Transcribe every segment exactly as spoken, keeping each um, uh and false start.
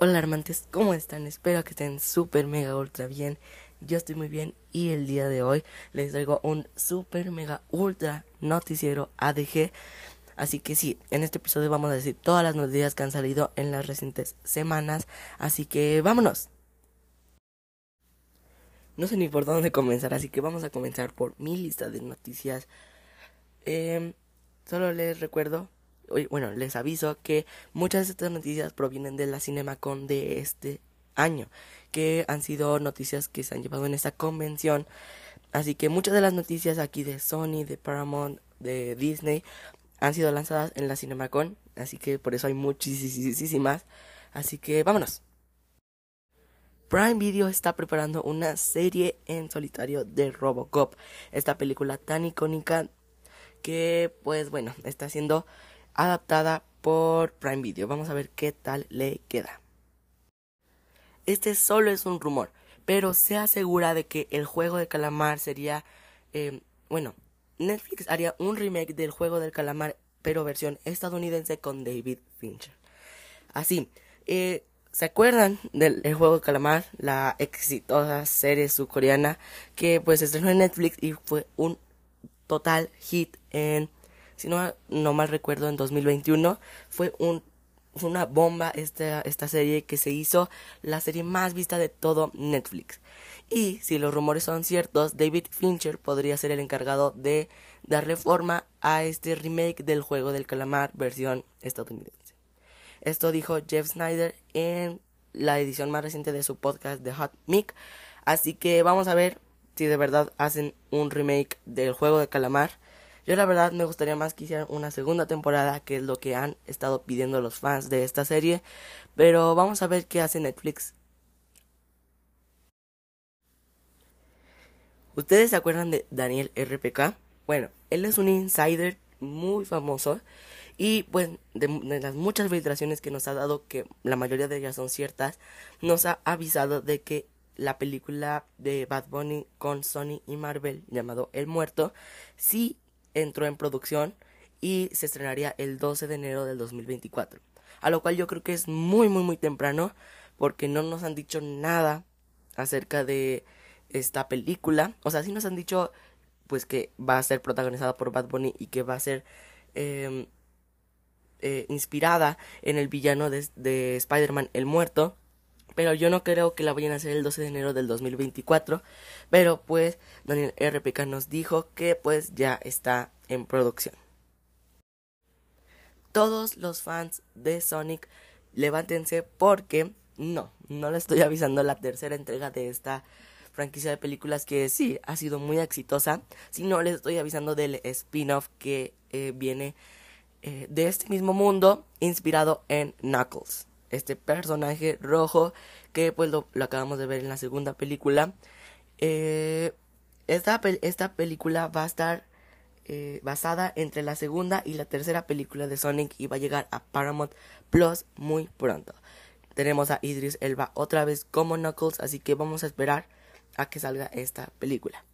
Hola amantes, ¿cómo están? Espero que estén súper mega ultra bien. Yo estoy muy bien y el día de hoy les traigo un súper mega ultra noticiero A D G. Así que sí, en este episodio vamos a decir todas las noticias que han salido en las recientes semanas. Así que vámonos. No sé ni por dónde comenzar, así que vamos a comenzar por mi lista de noticias. Eh, solo les recuerdo, bueno, les aviso que muchas de estas noticias provienen de la CinemaCon de este año, que han sido noticias que se han llevado en esta convención. Así que muchas de las noticias aquí de Sony, de Paramount, de Disney han sido lanzadas en la CinemaCon, así que por eso hay muchísimas. Así que vámonos. Prime Video está preparando una serie en solitario de Robocop, esta película tan icónica que pues bueno, está siendo adaptada por Prime Video. Vamos a ver qué tal le queda. Este solo es un rumor, pero se asegura de que el juego de calamar sería, eh, bueno, Netflix haría un remake del juego del calamar, pero versión estadounidense con David Fincher. Así, eh, ¿se acuerdan del el juego de calamar? La exitosa serie surcoreana que pues se estrenó en Netflix y fue un total hit en, si no, no mal recuerdo, en dos mil veintiuno. Fue un fue una bomba esta, esta serie que se hizo la serie más vista de todo Netflix. Y si los rumores son ciertos, David Fincher podría ser el encargado de darle forma a este remake del juego del calamar versión estadounidense. Esto dijo Jeff Snyder en la edición más reciente de su podcast The Hot Mic. Así que vamos a ver si de verdad hacen un remake del juego de calamar. Yo la verdad me gustaría más que hicieran una segunda temporada, que es lo que han estado pidiendo los fans de esta serie. Pero vamos a ver qué hace Netflix. ¿Ustedes se acuerdan de Daniel R P K? Bueno, él es un insider muy famoso. Y pues de, de las muchas filtraciones que nos ha dado, que la mayoría de ellas son ciertas, nos ha avisado de que la película de Bad Bunny con Sony y Marvel, llamado El Muerto, sí entró en producción y se estrenaría el doce de enero del dos mil veinticuatro. A lo cual yo creo que es muy muy muy temprano, porque no nos han dicho nada acerca de esta película. O sea, sí nos han dicho pues que va a ser protagonizada por Bad Bunny y que va a ser eh, eh, inspirada en el villano de, de Spider-Man, El Muerto. Pero yo no creo que la vayan a hacer el doce de enero del dos mil veinticuatro. Pero pues Daniel R P K nos dijo que pues ya está en producción. Todos los fans de Sonic, levántense, porque no, no les estoy avisando la tercera entrega de esta franquicia de películas que sí ha sido muy exitosa, sino les estoy avisando del spin-off que eh, viene eh, de este mismo mundo, inspirado en Knuckles, este personaje rojo que pues lo, lo acabamos de ver en la segunda película. Eh, esta, esta película va a estar eh, basada entre la segunda y la tercera película de Sonic y va a llegar a Paramount Plus muy pronto. Tenemos a Idris Elba otra vez como Knuckles, así que vamos a esperar a que salga esta película.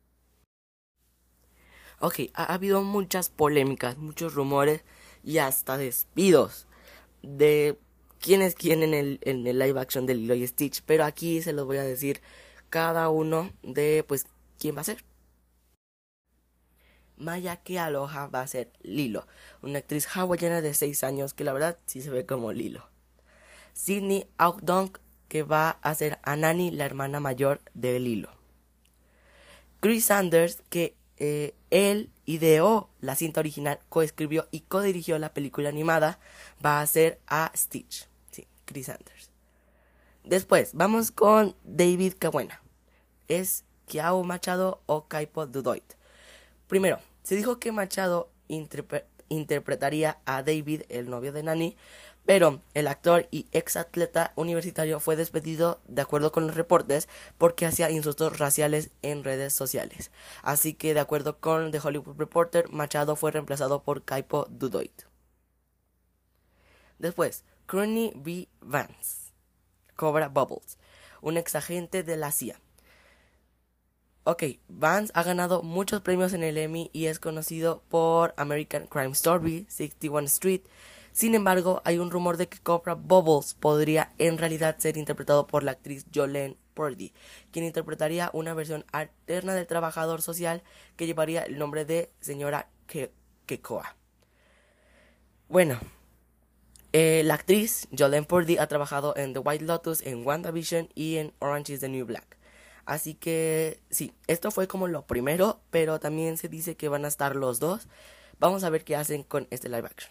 Ok, ha, ha habido muchas polémicas, muchos rumores y hasta despidos de quién es quién en el, en el live action de Lilo y Stitch, pero aquí se los voy a decir cada uno de pues quién va a ser. Mayake Aloha va a ser Lilo, una actriz hawaiana de seis años que la verdad sí se ve como Lilo. Sydney Outdonk, que va a ser a Nani, la hermana mayor de Lilo. Chris Sanders, que eh, él ideó la cinta original, coescribió y codirigió la película animada, va a ser a Stitch. Sí, Chris Sanders. Después, vamos con David Cabuena. Es Kiao Machado o Kaipo Dudoit. Primero, se dijo que Machado interpre- interpretaría a David, el novio de Nani, pero el actor y ex atleta universitario fue despedido, de acuerdo con los reportes, porque hacía insultos raciales en redes sociales. Así que, de acuerdo con The Hollywood Reporter, Machado fue reemplazado por Kaipo Dudoit. Después, Courtney B. Vance, Cobra Bubbles, un ex agente de la C I A. Ok, Vance ha ganado muchos premios en el Emmy y es conocido por American Crime Story, sesenta y uno Street, Sin embargo, hay un rumor de que Cobra Bubbles podría en realidad ser interpretado por la actriz Jolene Purdy, quien interpretaría una versión alterna del trabajador social que llevaría el nombre de señora Ke Kekoa. Bueno, eh, la actriz Jolene Purdy ha trabajado en The White Lotus, en WandaVision y en Orange is the New Black. Así que sí, esto fue como lo primero, pero también se dice que van a estar los dos. Vamos a ver qué hacen con este live action.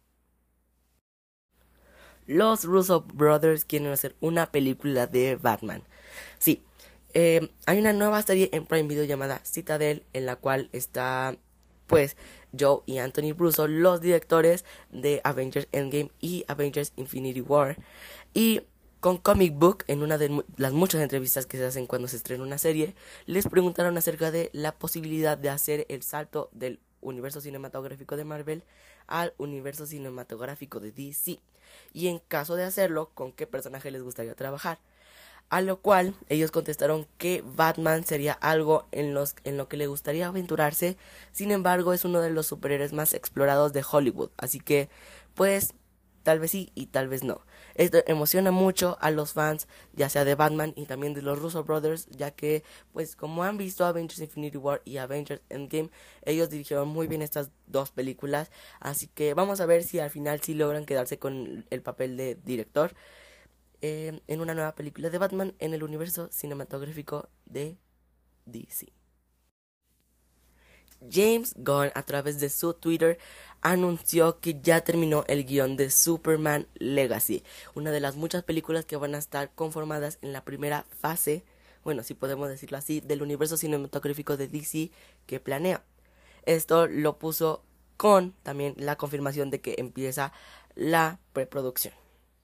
Los Russo Brothers quieren hacer una película de Batman. Sí, eh, hay una nueva serie en Prime Video llamada Citadel, en la cual está, pues, Joe y Anthony Russo, los directores de Avengers Endgame y Avengers Infinity War. Y con Comic Book, en una de mu las muchas entrevistas que se hacen cuando se estrena una serie, les preguntaron acerca de la posibilidad de hacer el salto del universo cinematográfico de Marvel al universo cinematográfico de D C, y en caso de hacerlo, con qué personaje les gustaría trabajar. A lo cual ellos contestaron que Batman sería algo en, los, en lo que le gustaría aventurarse. Sin embargo, es uno de los superhéroes más explorados de Hollywood, así que pues tal vez sí y tal vez no. Esto emociona mucho a los fans, ya sea de Batman y también de los Russo Brothers, ya que, pues, como han visto Avengers Infinity War y Avengers Endgame, ellos dirigieron muy bien estas dos películas, así que vamos a ver si al final sí logran quedarse con el papel de director eh, en una nueva película de Batman en el universo cinematográfico de D C. James Gunn, a través de su Twitter, anunció que ya terminó el guión de Superman Legacy, una de las muchas películas que van a estar conformadas en la primera fase, bueno, si podemos decirlo así, del universo cinematográfico de D C que planea. Esto lo puso con también la confirmación de que empieza la preproducción.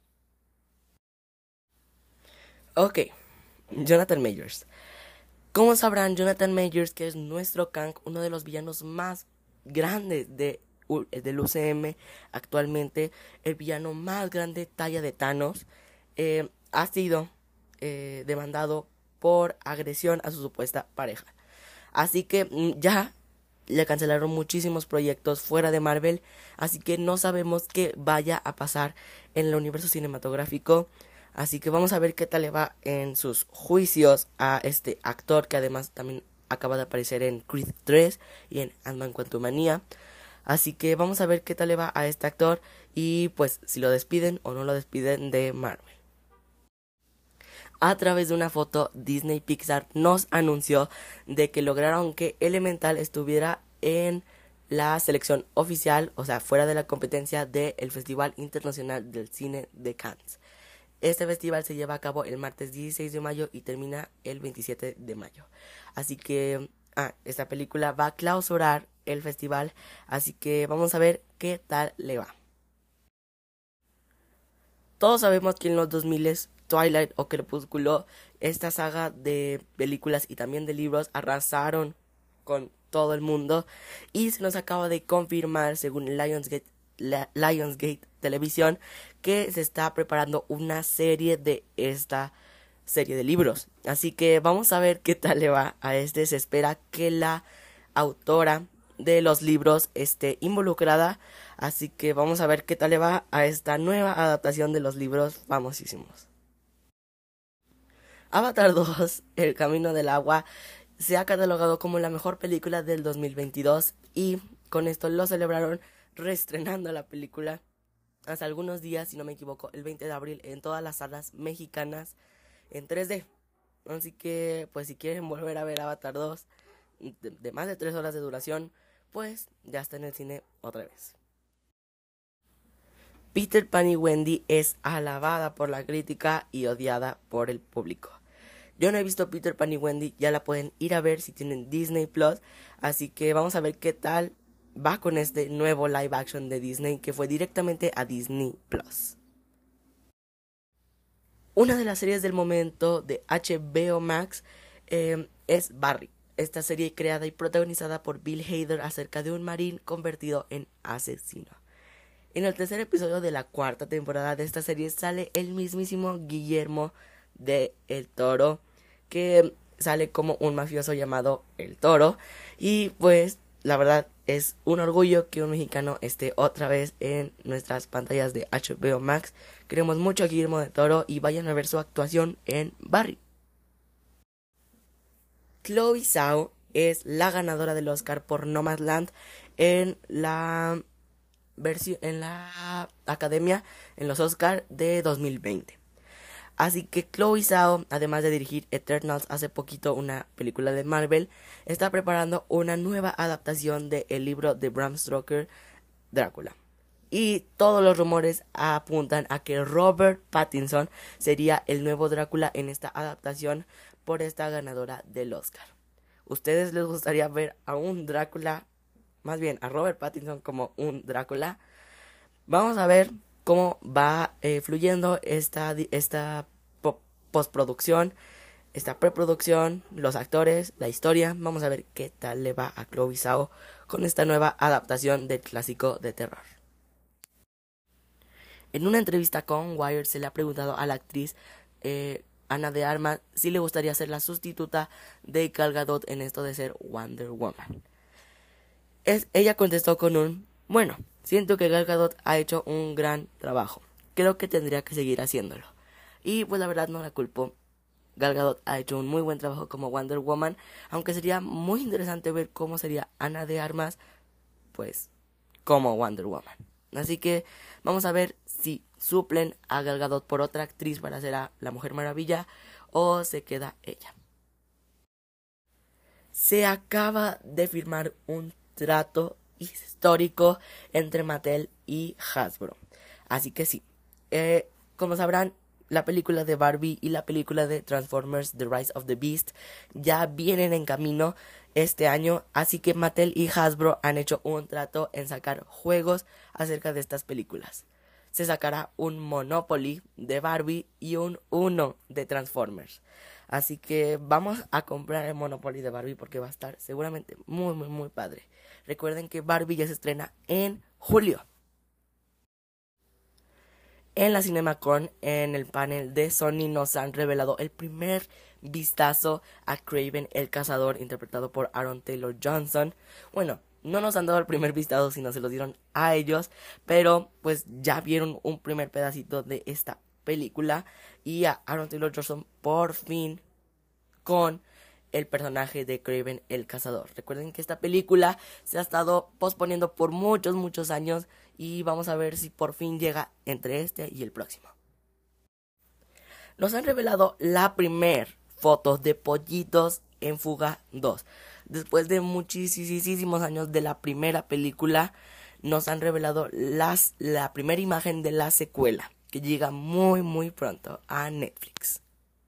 Ok, Jonathan Majors. Como sabrán, Jonathan Majors, que es nuestro Kang, uno de los villanos más grandes de, del U C M actualmente, el villano más grande talla de Thanos, eh, ha sido eh, demandado por agresión a su supuesta pareja. Así que ya le cancelaron muchísimos proyectos fuera de Marvel, así que no sabemos qué vaya a pasar en el universo cinematográfico. Así que vamos a ver qué tal le va en sus juicios a este actor, que además también acaba de aparecer en Creed tres y en Ant-Man Quantumania. Así que vamos a ver qué tal le va a este actor y pues si lo despiden o no lo despiden de Marvel. A través de una foto, Disney Pixar nos anunció de que lograron que Elemental estuviera en la selección oficial, o sea, fuera de la competencia del Festival Internacional del Cine de Cannes. Este festival se lleva a cabo el martes dieciséis de mayo y termina el veintisiete de mayo. Así que ah, esta película va a clausurar el festival, así que vamos a ver qué tal le va. Todos sabemos que en los dos mil Twilight o Crepúsculo, esta saga de películas y también de libros arrasaron con todo el mundo, y se nos acaba de confirmar, según Lionsgate La Lionsgate Televisión, que se está preparando una serie de esta serie de libros. Así que vamos a ver qué tal le va a este. Se espera que la autora de los libros esté involucrada, así que vamos a ver qué tal le va a esta nueva adaptación de los libros famosísimos. Avatar dos, El Camino del Agua, se ha catalogado como la mejor película del dos mil veintidós, y con esto lo celebraron reestrenando la película hace algunos días, si no me equivoco, el veinte de abril en todas las salas mexicanas en tres D. Así que, pues si quieren volver a ver Avatar dos de, de más de tres horas de duración, pues ya está en el cine otra vez. Peter Pan y Wendy es alabada por la crítica y odiada por el público. Yo no he visto Peter Pan y Wendy, ya la pueden ir a ver si tienen Disney Plus, así que vamos a ver qué tal va con este nuevo live action de Disney que fue directamente a Disney Plus. Una de las series del momento de H B O Max eh, es Barry. Esta serie creada y protagonizada por Bill Hader acerca de un marín convertido en asesino. En el tercer episodio de la cuarta temporada de esta serie sale el mismísimo Guillermo de El Toro, que sale como un mafioso llamado El Toro, y pues la verdad es un orgullo que un mexicano esté otra vez en nuestras pantallas de H B O Max. Queremos mucho a Guillermo del Toro y vayan a ver su actuación en Barry. Chloe Zhao es la ganadora del Oscar por Nomadland en la versión en la Academia en los Oscar de dos mil veinte. Así que Chloe Zhao, además de dirigir Eternals hace poquito, una película de Marvel, está preparando una nueva adaptación del libro de Bram Stoker, Drácula. Y todos los rumores apuntan a que Robert Pattinson sería el nuevo Drácula en esta adaptación por esta ganadora del Oscar. ¿Ustedes les gustaría ver a un Drácula, más bien a Robert Pattinson como un Drácula? Vamos a ver cómo va eh, fluyendo esta, esta po- postproducción, esta preproducción, los actores, la historia. Vamos a ver qué tal le va a Chloe Zhao con esta nueva adaptación del clásico de terror. En una entrevista con Wired se le ha preguntado a la actriz eh, Ana de Armas si le gustaría ser la sustituta de Gal Gadot en esto de ser Wonder Woman. Es, ella contestó con un bueno. Siento que Gal Gadot ha hecho un gran trabajo. Creo que tendría que seguir haciéndolo. Y pues la verdad no la culpo. Gal Gadot ha hecho un muy buen trabajo como Wonder Woman. Aunque sería muy interesante ver cómo sería Ana de Armas, pues, como Wonder Woman. Así que vamos a ver si suplen a Gal Gadot por otra actriz para hacer a la Mujer Maravilla o se queda ella. Se acaba de firmar un trato histórico entre Mattel y Hasbro. Así que sí, eh, como sabrán, la película de Barbie y la película de Transformers The Rise of the Beast ya vienen en camino este año, así que Mattel y Hasbro han hecho un trato en sacar juegos acerca de estas películas. Se sacará un Monopoly de Barbie y un Uno de Transformers. Así que vamos a comprar el Monopoly de Barbie porque va a estar seguramente muy muy muy padre. Recuerden que Barbie ya se estrena en julio. En la CinemaCon, en el panel de Sony, nos han revelado el primer vistazo a Kraven el Cazador, interpretado por Aaron Taylor Johnson. Bueno, no nos han dado el primer vistazo, sino se lo dieron a ellos, pero pues ya vieron un primer pedacito de esta película y a Aaron Taylor Johnson por fin con el personaje de Kraven el Cazador. Recuerden que esta película se ha estado posponiendo por muchos, muchos años y vamos a ver si por fin llega entre este y el próximo. Nos han revelado la primer foto de Pollitos en Fuga dos. Después de muchísimos años de la primera película, nos han revelado las, la primera imagen de la secuela, que llega muy muy pronto a Netflix.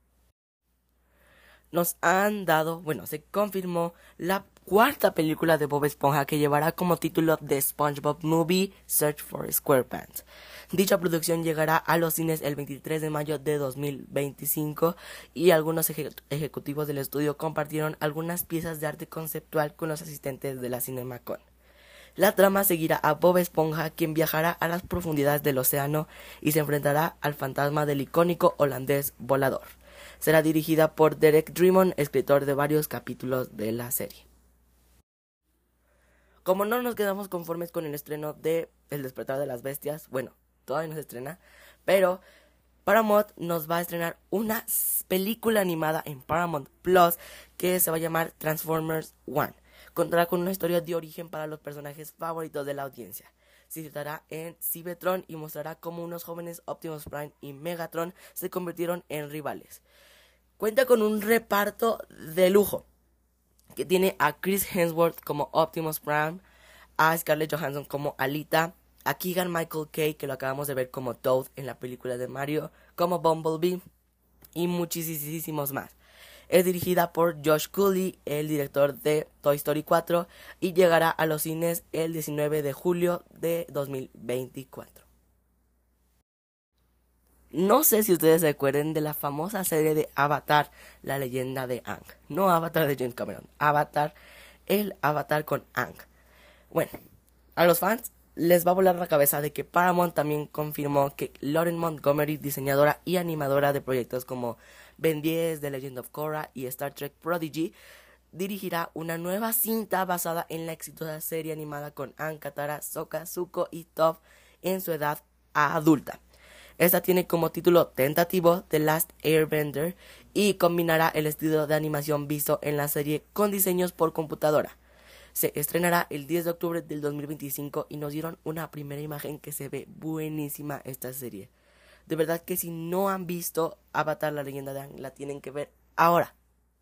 Nos han dado, bueno, se confirmó la cuarta película de Bob Esponja, que llevará como título The SpongeBob Movie Search for SquarePants. Dicha producción llegará a los cines el veintitrés de mayo de dos mil veinticinco y algunos eje- ejecutivos del estudio compartieron algunas piezas de arte conceptual con los asistentes de la CinemaCon. La trama seguirá a Bob Esponja, quien viajará a las profundidades del océano y se enfrentará al fantasma del icónico holandés volador. Será dirigida por Derek Drummond, escritor de varios capítulos de la serie. Como no nos quedamos conformes con el estreno de El despertar de las bestias, bueno, todavía no se estrena, pero Paramount nos va a estrenar una película animada en Paramount Plus que se va a llamar Transformers One. Contará con una historia de origen para los personajes favoritos de la audiencia. Se citará en Cybertron y mostrará cómo unos jóvenes Optimus Prime y Megatron se convirtieron en rivales. Cuenta con un reparto de lujo, que tiene a Chris Hemsworth como Optimus Prime, a Scarlett Johansson como Alita, a Keegan Michael Kay, que lo acabamos de ver como Toad en la película de Mario, como Bumblebee, y muchísimos más. Es dirigida por Josh Cooley, el director de Toy Story cuatro, y llegará a los cines el diecinueve de julio de dos mil veinticuatro. No sé si ustedes se acuerdan de la famosa serie de Avatar, la leyenda de Aang. No Avatar de James Cameron, Avatar, el Avatar con Aang. Bueno, a los fans les va a volar la cabeza de que Paramount también confirmó que Lauren Montgomery, diseñadora y animadora de proyectos como Ben diez, The Legend of Korra y Star Trek Prodigy, dirigirá una nueva cinta basada en la exitosa serie animada con Aang, Katara, Sokka, Zuko y Toph en su edad adulta. Esta tiene como título tentativo The Last Airbender y combinará el estilo de animación visto en la serie con diseños por computadora. Se estrenará el diez de octubre del dos mil veinticinco y nos dieron una primera imagen que se ve buenísima esta serie. De verdad que si no han visto Avatar, la leyenda de Aang, la tienen que ver ahora.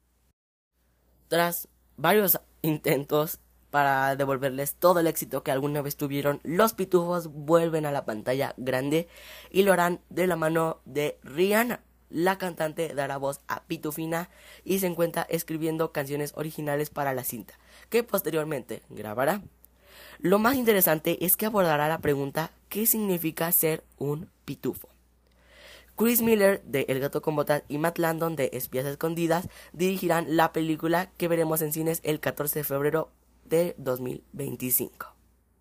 Tras varios intentos para devolverles todo el éxito que alguna vez tuvieron, los pitufos vuelven a la pantalla grande y lo harán de la mano de Rihanna. La cantante dará voz a Pitufina y se encuentra escribiendo canciones originales para la cinta, que posteriormente grabará. Lo más interesante es que abordará la pregunta ¿qué significa ser un pitufo? Chris Miller de El gato con botas y Matt Landon de Espías escondidas dirigirán la película que veremos en cines el catorce de febrero de dos mil veinticinco.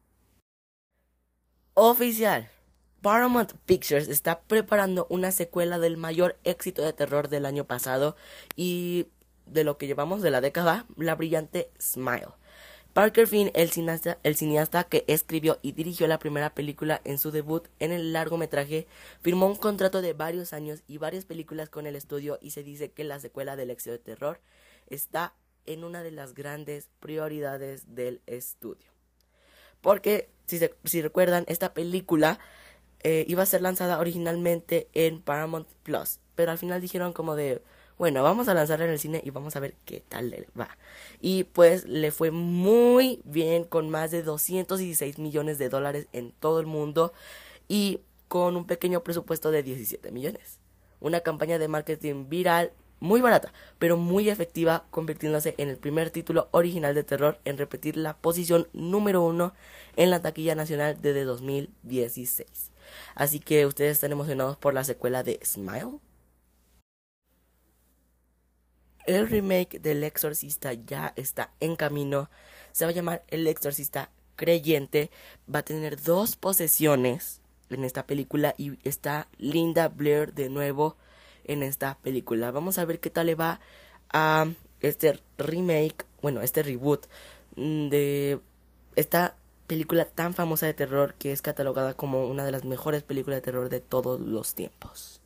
Oficial. Paramount Pictures está preparando una secuela del mayor éxito de terror del año pasado y de lo que llevamos de la década, la brillante Smile. Parker Finn, el cineasta, el cineasta que escribió y dirigió la primera película en su debut en el largometraje, firmó un contrato de varios años y varias películas con el estudio y se dice que la secuela del éxito de terror está en una de las grandes prioridades del estudio. Porque, si, se, si recuerdan, esta película eh, iba a ser lanzada originalmente en Paramount Plus, pero al final dijeron como de, bueno, vamos a lanzarla en el cine y vamos a ver qué tal le va. Y pues le fue muy bien con más de doscientos dieciséis millones de dólares en todo el mundo y con un pequeño presupuesto de diecisiete millones. Una campaña de marketing viral muy barata, pero muy efectiva, convirtiéndose en el primer título original de terror en repetir la posición número uno en la taquilla nacional desde dos mil dieciséis. Así que ustedes están emocionados por la secuela de Smile. El remake del Exorcista ya está en camino. Se va a llamar El Exorcista Creyente. Va a tener dos posesiones en esta película y está Linda Blair de nuevo en esta película. Vamos a ver qué tal le va a este remake, bueno, este reboot de esta película tan famosa de terror que es catalogada como una de las mejores películas de terror de todos los tiempos.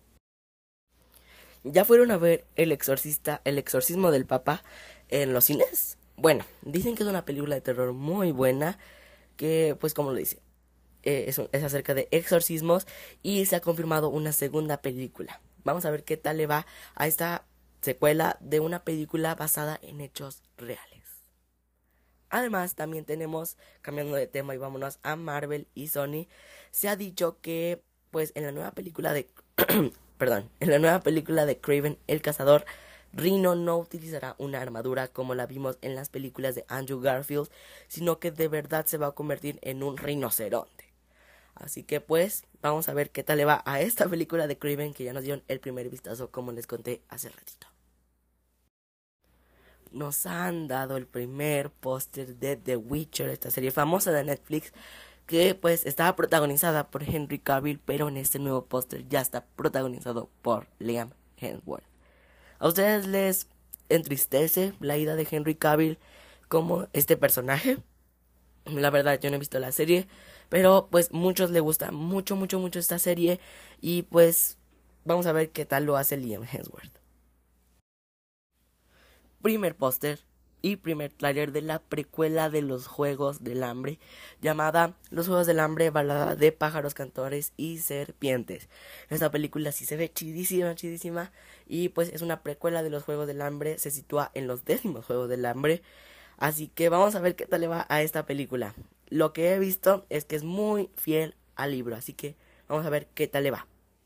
¿Ya fueron a ver El Exorcista, El Exorcismo del Papa en los cines? Bueno, dicen que es una película de terror muy buena, que pues como lo dice, eh, es, es acerca de exorcismos y se ha confirmado una segunda película. Vamos a ver qué tal le va a esta secuela de una película basada en hechos reales. Además, también tenemos, cambiando de tema y vámonos a Marvel y Sony, se ha dicho que pues en la nueva película de perdón, en la nueva película de Kraven el Cazador, Rhino no utilizará una armadura como la vimos en las películas de Andrew Garfield, sino que de verdad se va a convertir en un rinoceronte. Así que pues vamos a ver qué tal le va a esta película de Kraven que ya nos dieron el primer vistazo como les conté hace ratito. Nos han dado el primer póster de The Witcher, esta serie famosa de Netflix que pues estaba protagonizada por Henry Cavill, pero en este nuevo póster ya está protagonizado por Liam Hemsworth. ¿A ustedes les entristece la ida de Henry Cavill como este personaje? La verdad yo no he visto la serie, pero pues muchos les gusta mucho, mucho, mucho esta serie y pues vamos a ver qué tal lo hace Liam Hemsworth. Primer póster y primer tráiler de la precuela de los Juegos del Hambre, llamada Los Juegos del Hambre, balada de pájaros, cantores y serpientes. Esta película sí se ve chidísima, chidísima, y pues es una precuela de los Juegos del Hambre, se sitúa en los décimos Juegos del Hambre, así que vamos a ver qué tal le va a esta película. Lo que he visto es que es muy fiel al libro, así que vamos a ver qué tal le va.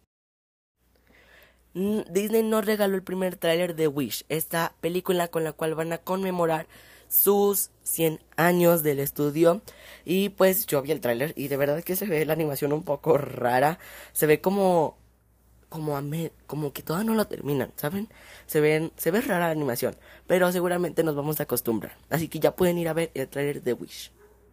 Disney nos regaló el primer tráiler de Wish, esta película con la cual van a conmemorar sus cien años del estudio. Y pues yo vi el tráiler y de verdad que se ve la animación un poco rara. Se ve como como a me, como que todavía no lo terminan, ¿saben? Se ven se ve rara la animación, pero seguramente nos vamos a acostumbrar. Así que ya pueden ir a ver el tráiler de Wish.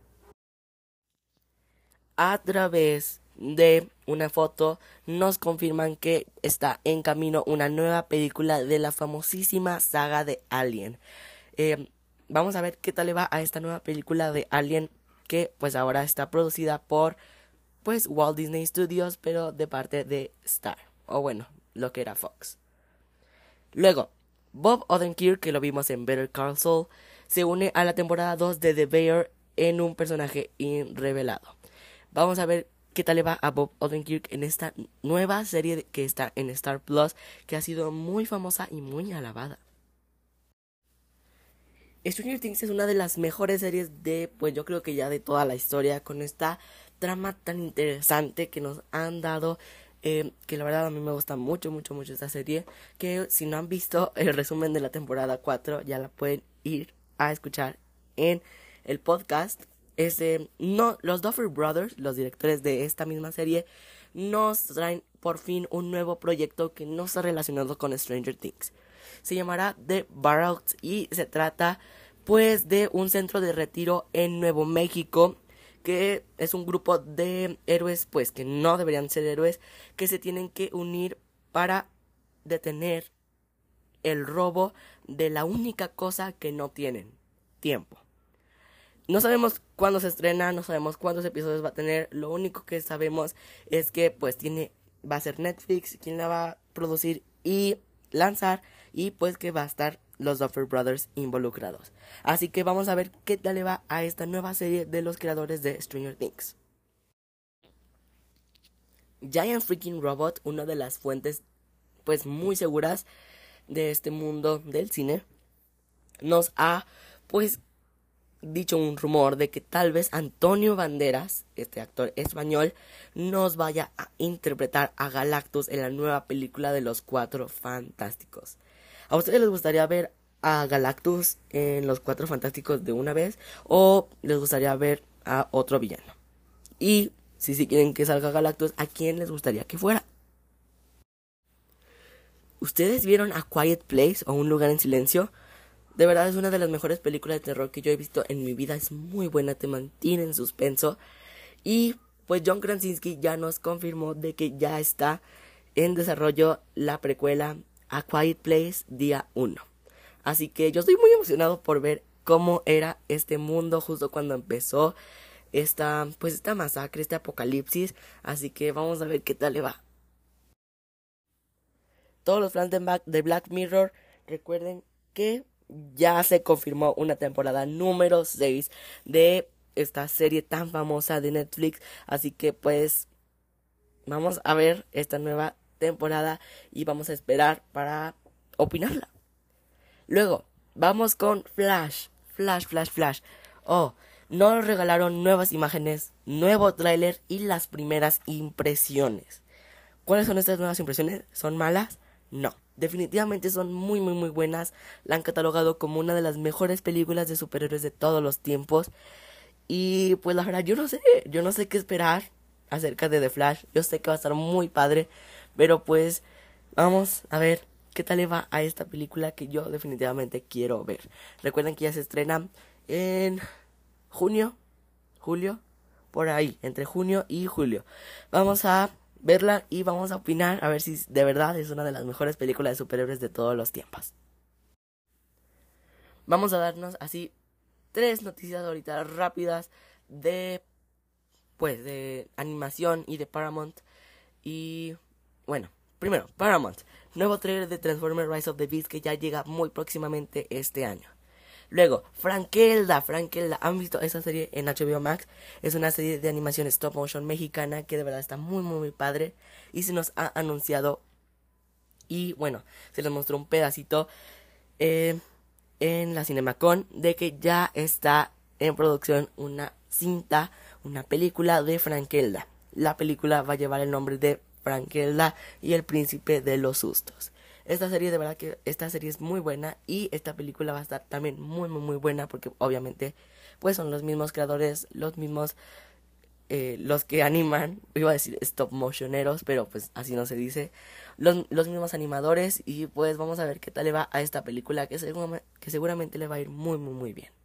A través de una foto nos confirman que está en camino una nueva película de la famosísima saga de Alien. Eh, vamos a ver qué tal le va a esta nueva película de Alien, que pues ahora está producida por pues Walt Disney Studios, pero de parte de Star, o bueno, lo que era Fox. Luego, Bob Odenkirk, que lo vimos en Better Call Saul, se une a la temporada dos de The Bear en un personaje irrevelado. Vamos a ver qué tal le va a Bob Odenkirk en esta nueva serie que está en Star Plus, que ha sido muy famosa y muy alabada. Stranger Things es una de las mejores series de, pues yo creo que ya de toda la historia, con esta trama tan interesante que nos han dado, eh, que la verdad a mí me gusta mucho, mucho, mucho esta serie, que si no han visto el resumen de la temporada cuatro, ya la pueden ir a escuchar en el podcast. Este, no, los Duffer Brothers, los directores de esta misma serie, nos traen por fin un nuevo proyecto que no está relacionado con Stranger Things. Se llamará The Barracks y se trata pues de un centro de retiro en Nuevo México, que es un grupo de héroes pues que no deberían ser héroes, que se tienen que unir para detener el robo de la única cosa que no tienen: tiempo. No sabemos cuándo se estrena, no sabemos cuántos episodios va a tener. Lo único que sabemos es que pues tiene, va a ser Netflix quien la va a producir y lanzar, y pues que va a estar los Duffer Brothers involucrados. Así que vamos a ver qué tal le va a esta nueva serie de los creadores de Stranger Things. Giant Freaking Robot, una de las fuentes pues muy seguras de este mundo del cine, nos ha pues dicho un rumor de que tal vez Antonio Banderas, este actor español, nos vaya a interpretar a Galactus en la nueva película de los Cuatro Fantásticos. ¿A ustedes les gustaría ver a Galactus en los Cuatro Fantásticos de una vez, o les gustaría ver a otro villano? Y si sí quieren que salga Galactus, ¿a quién les gustaría que fuera? ¿Ustedes vieron A Quiet Place o Un Lugar en Silencio? De verdad es una de las mejores películas de terror que yo he visto en mi vida. Es muy buena, te mantiene en suspenso. Y pues John Krasinski ya nos confirmó de que ya está en desarrollo la precuela A Quiet Place día uno. Así que yo estoy muy emocionado por ver cómo era este mundo justo cuando empezó esta, pues esta masacre, este apocalipsis. Así que vamos a ver qué tal le va. Todos los fans de Black Mirror, recuerden que ya se confirmó una temporada número seis de esta serie tan famosa de Netflix. Así que pues vamos a ver esta nueva temporada y vamos a esperar para opinarla. Luego vamos con Flash. Flash, Flash, Flash. Oh, nos regalaron nuevas imágenes, nuevo tráiler y las primeras impresiones. ¿Cuáles son estas nuevas impresiones? ¿Son malas? No, definitivamente son muy muy muy buenas. La han catalogado como una de las mejores películas de superhéroes de todos los tiempos. Y pues la verdad yo no sé, yo no sé qué esperar acerca de The Flash. Yo sé que va a estar muy padre, pero pues vamos a ver qué tal le va a esta película que yo definitivamente quiero ver. Recuerden que ya se estrena en junio, julio, por ahí, entre junio y julio. Vamos a verla y vamos a opinar a ver si de verdad es una de las mejores películas de superhéroes de todos los tiempos. Vamos a darnos así tres noticias ahorita rápidas de pues de animación y de Paramount. Y bueno, primero, Paramount, nuevo trailer de Transformers Rise of the Beast que ya llega muy próximamente este año. Luego, Frankelda, Frankelda, ¿han visto esa serie en H B O Max? Es una serie de animación stop motion mexicana que de verdad está muy muy muy padre y se nos ha anunciado y bueno, se les mostró un pedacito eh, en la CinemaCon de que ya está en producción una cinta, una película de Frankelda. La película va a llevar el nombre de Frankelda y el príncipe de los sustos. Esta serie, de verdad que esta serie es muy buena y esta película va a estar también muy muy muy buena porque obviamente pues son los mismos creadores, los mismos eh, los que animan, iba a decir stop motioneros, pero pues así no se dice, los, los mismos animadores. Y pues vamos a ver qué tal le va a esta película que, segura, que seguramente le va a ir muy muy muy bien.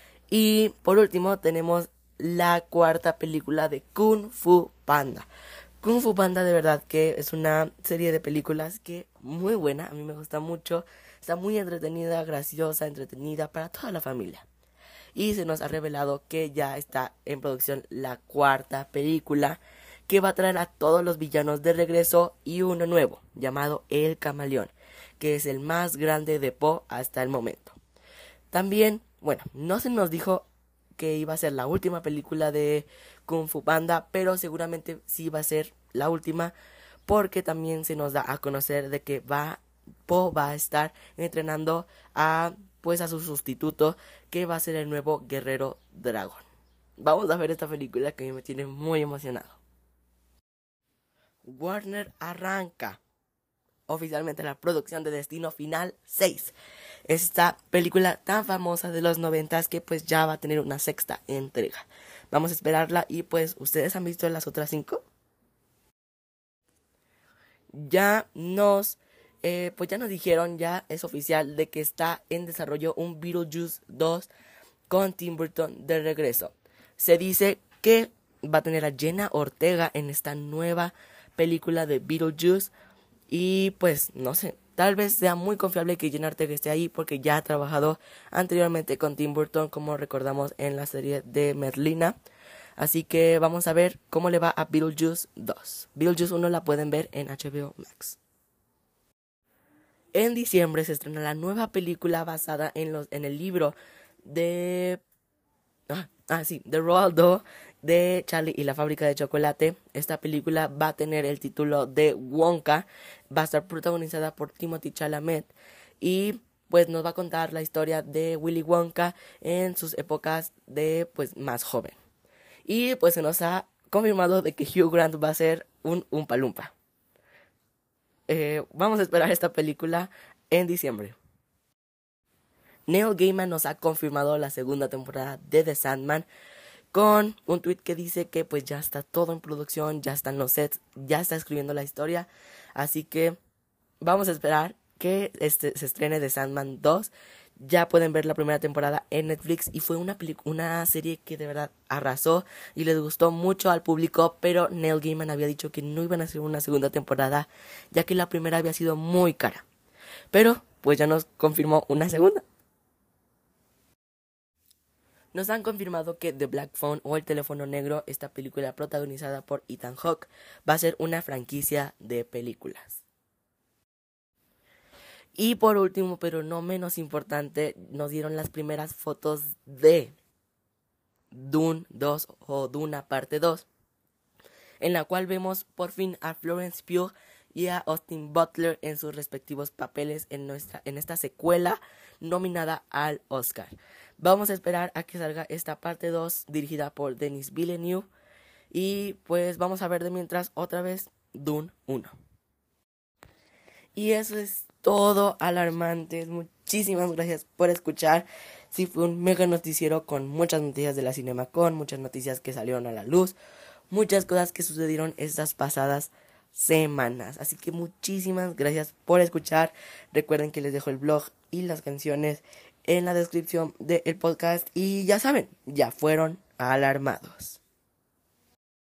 Y por último tenemos la cuarta película de Kung Fu Panda. Kung Fu Panda de verdad que es una serie de películas que muy buena, a mí me gusta mucho, está muy entretenida, graciosa, entretenida para toda la familia. Y se nos ha revelado que ya está en producción la cuarta película que va a traer a todos los villanos de regreso y uno nuevo llamado El Camaleón, que es el más grande de Po hasta el momento. También, bueno, no se nos dijo que iba a ser la última película de Kung Fu Panda, pero seguramente sí va a ser la última porque también se nos da a conocer de que va Po va a estar entrenando a pues a su sustituto que va a ser el nuevo Guerrero Dragón. Vamos a ver esta película que a mí me tiene muy emocionado. Warner arranca oficialmente la producción de Destino Final seis. Esta película tan famosa de los noventas que pues ya va a tener una sexta entrega. Vamos a esperarla y pues ¿ustedes han visto las otras cinco? Ya nos eh, pues ya nos dijeron, ya es oficial de que está en desarrollo un Beetlejuice dos con Tim Burton de regreso. Se dice que va a tener a Jenna Ortega en esta nueva película de Beetlejuice y pues no sé, tal vez sea muy confiable que Jenna Ortega esté ahí porque ya ha trabajado anteriormente con Tim Burton, como recordamos en la serie de Merlina. Así que vamos a ver cómo le va a Beetlejuice dos. Beetlejuice uno la pueden ver en H B O Max. En diciembre se estrena la nueva película basada en, los, en el libro de... Ah, ah, sí, de Roald Dahl, de Charlie y la fábrica de chocolate. Esta película va a tener el título de Wonka, va a estar protagonizada por Timothée Chalamet y pues nos va a contar la historia de Willy Wonka en sus épocas de pues más joven. Y pues se nos ha confirmado de que Hugh Grant va a ser un Oompa Loompa. Eh, vamos a esperar esta película en diciembre. Neil Gaiman nos ha confirmado la segunda temporada de The Sandman con un tweet que dice que pues ya está todo en producción, ya están los sets, ya está escribiendo la historia, así que vamos a esperar que este se estrene The Sandman dos. Ya pueden ver la primera temporada en Netflix y fue una, una serie que de verdad arrasó y les gustó mucho al público, pero Neil Gaiman había dicho que no iban a hacer una segunda temporada ya que la primera había sido muy cara. Pero pues ya nos confirmó una segunda. Nos han confirmado que The Black Phone o El Teléfono Negro, esta película protagonizada por Ethan Hawke, va a ser una franquicia de películas. Y por último, pero no menos importante, nos dieron las primeras fotos de Dune dos o Duna parte dos, en la cual vemos por fin a Florence Pugh y a Austin Butler en sus respectivos papeles en, nuestra, en esta secuela nominada al Oscar. Vamos a esperar a que salga esta parte dos dirigida por Denis Villeneuve y pues vamos a ver de mientras otra vez Dune uno. Y eso es todo, alarmantes. Muchísimas gracias por escuchar. Sí, fue un mega noticiero con muchas noticias de la CinemaCon, muchas noticias que salieron a la luz, muchas cosas que sucedieron estas pasadas semanas. Así que muchísimas gracias por escuchar. Recuerden que les dejo el blog y las canciones en la descripción del podcast. Y ya saben, ya fueron alarmados.